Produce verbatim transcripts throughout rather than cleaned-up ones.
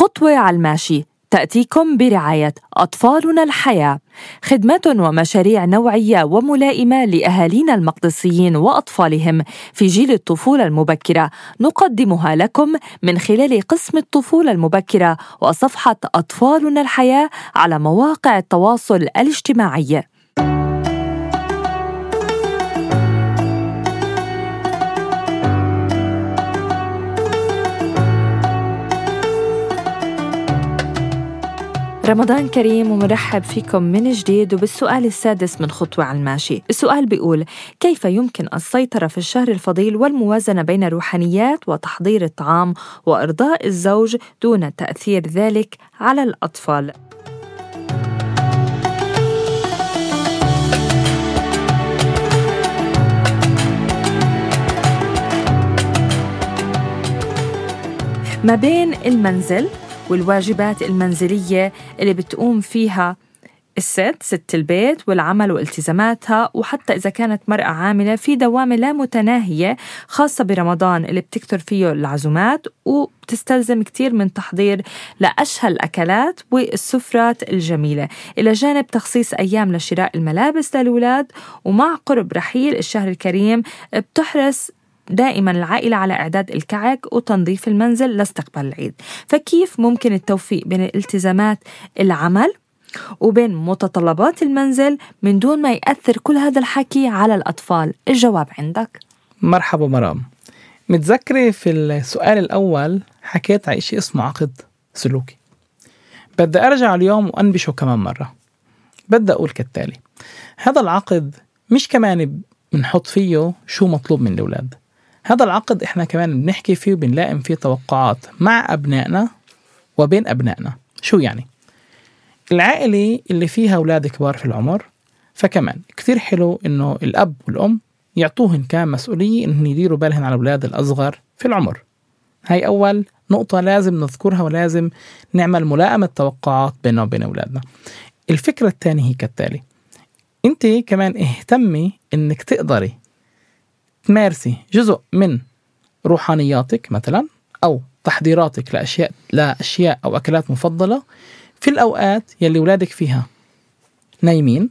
خطوة على الماشي تأتيكم برعاية أطفالنا الحياة، خدمات ومشاريع نوعية وملائمة لأهالينا المقدسيين وأطفالهم في جيل الطفولة المبكرة، نقدمها لكم من خلال قسم الطفولة المبكرة وصفحة أطفالنا الحياة على مواقع التواصل الاجتماعي. رمضان كريم ومرحب فيكم من جديد وبالسؤال السادس من خطوة على الماشي. السؤال بيقول: كيف يمكن السيطرة في الشهر الفضيل والموازنة بين الروحانيات وتحضير الطعام وإرضاء الزوج دون تأثير ذلك على الأطفال؟ ما بين المنزل والواجبات المنزلية اللي بتقوم فيها الست ست البيت والعمل والتزاماتها، وحتى إذا كانت مرأة عاملة في دوامة لا متناهية خاصة برمضان اللي بتكتر فيه العزومات وبتستلزم كتير من تحضير لأشهى الأكلات والسفرات الجميلة، إلى جانب تخصيص أيام لشراء الملابس للأولاد. ومع قرب رحيل الشهر الكريم بتحرص دائما العائلة على إعداد الكعك وتنظيف المنزل لاستقبال العيد. فكيف ممكن التوفيق بين الالتزامات العمل وبين متطلبات المنزل من دون ما يأثر كل هذا الحكي على الأطفال؟ الجواب عندك. مرحبا مرام. متذكرة في السؤال الأول حكيت عن شيء اسمه عقد سلوكي، بدي أرجع اليوم وأنبشه كمان مرة. بدي أقول كالتالي: هذا العقد مش كمان بنحط فيه شو مطلوب من الأولاد، هذا العقد إحنا كمان بنحكي فيه وبنلائم فيه توقعات مع أبنائنا وبين أبنائنا. شو يعني؟ العائلة اللي فيها أولاد كبار في العمر، فكمان كتير حلو إنه الأب والأم يعطوهن كمان مسؤولية إنهم يديروا بالهن على الأولاد الأصغر في العمر. هاي أول نقطة لازم نذكرها، ولازم نعمل ملائمة توقعات بيننا وبين أولادنا. الفكرة الثانية هي كالتالي: أنت كمان اهتمي إنك تقدري تمارسي جزء من روحانياتك مثلا أو تحضيراتك لأشياء لأشياء أو أكلات مفضلة في الأوقات يلي ولادك فيها نايمين.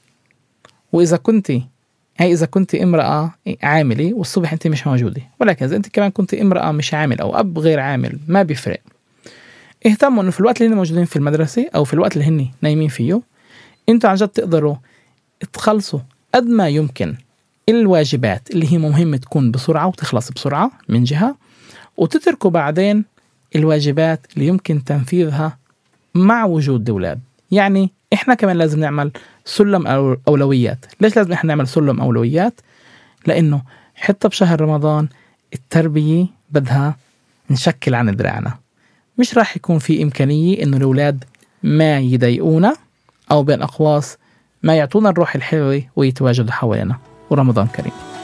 وإذا كنت هي إذا كنت امرأة عاملة والصبح أنت مش موجودة، ولكن إذا أنت كمان كنت امرأة مش عامل أو أب غير عامل، ما بيفرق. اهتموا إنه في الوقت اللي هن موجودين في المدرسة أو في الوقت اللي هن نايمين فيه أنتوا عن جد تقدروا تخلصوا قد ما يمكن الواجبات اللي هي مهمة تكون بسرعة وتخلص بسرعة من جهة، وتتركوا بعدين الواجبات اللي يمكن تنفيذها مع وجود الأولاد. يعني إحنا كمان لازم نعمل سلم أولويات. ليش لازم إحنا نعمل سلم أولويات؟ لأنه حتى بشهر رمضان التربية بدها نشكل عن دراعنا، مش راح يكون في إمكانية إنه الأولاد ما يضايقونا أو بين أقواس ما يعطونا الروح الحلوة ويتواجدوا حوالينا. ورمضان كريم.